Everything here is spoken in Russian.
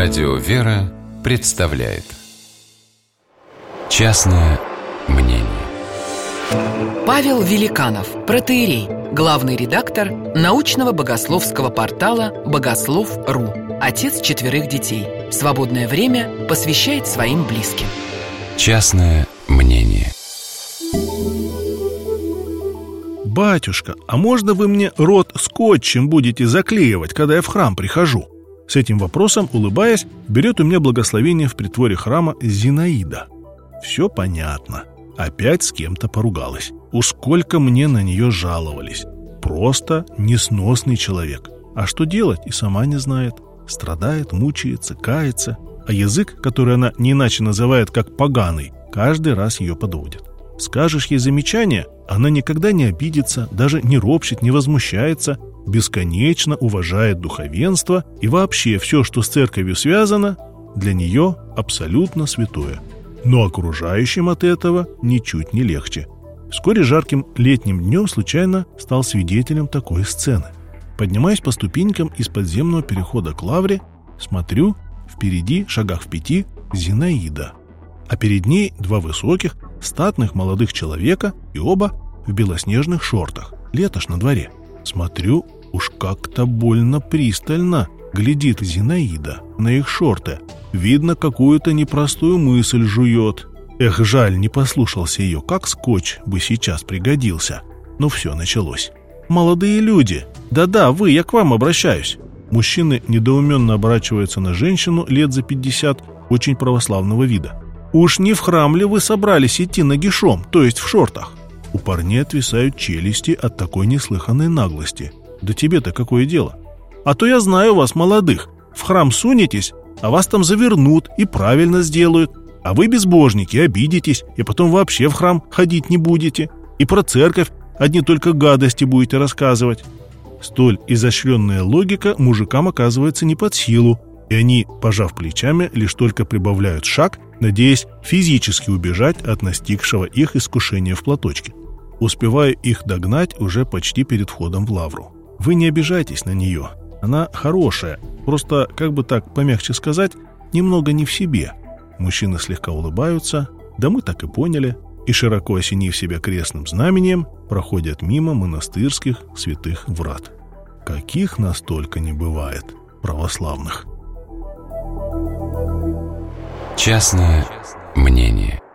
Радио «Вера» представляет «Частное мнение». Павел Великанов, протоиерей, главный редактор научного богословского портала «Богослов.ру», отец 4 детей. Свободное время посвящает своим близким. Частное мнение. «Батюшка, а можно вы мне рот скотчем будете заклеивать, когда я в храм прихожу?» С этим вопросом, улыбаясь, берет у меня благословение в притворе храма Зинаида. Все понятно. Опять с кем-то поругалась. Уж сколько мне на нее жаловались. Просто несносный человек. А что делать, и сама не знает. Страдает, мучается, кается. А язык, который она не иначе называет как поганый, каждый раз ее подводит. Скажешь ей замечание, она никогда не обидится, даже не ропщет, не возмущается, бесконечно уважает духовенство, и вообще все, что с церковью связано, для нее абсолютно святое. Но окружающим от этого ничуть не легче. Вскоре жарким летним днем случайно стал свидетелем такой сцены. Поднимаясь по ступенькам из подземного перехода к лавре, смотрю, впереди, шагах в 5, Зинаида. А перед ней 2 высоких, статных молодых человека, и оба в белоснежных шортах. Лето ж на дворе. Смотрю, уж как-то больно пристально глядит Зинаида на их шорты. Видно, какую-то непростую мысль жует. Эх, жаль, не послушался ее, как скотч бы сейчас пригодился. Но все началось. «Молодые люди! Да-да, вы, я к вам обращаюсь!» Мужчины недоуменно оборачиваются на женщину лет за 50, очень православного вида. «Уж не в храм ли вы собрались идти нагишом, то есть в шортах?» У парней отвисают челюсти от такой неслыханной наглости. «Да тебе-то какое дело? А то я знаю вас, молодых. В храм сунетесь, а вас там завернут и правильно сделают. А вы, безбожники, обидитесь, и потом вообще в храм ходить не будете. И про церковь одни только гадости будете рассказывать». Столь изощренная логика мужикам оказывается не под силу, и они, пожав плечами, лишь только прибавляют шаг, надеясь физически убежать от настигшего их искушения в платочке. Успеваю их догнать уже почти перед входом в лавру. Вы не обижайтесь на нее. Она хорошая, просто, как бы так помягче сказать, немного не в себе. Мужчины слегка улыбаются, да мы так и поняли, и, широко осенив себя крестным знаменем, проходят мимо монастырских святых врат. Каких настолько не бывает православных. Частное мнение.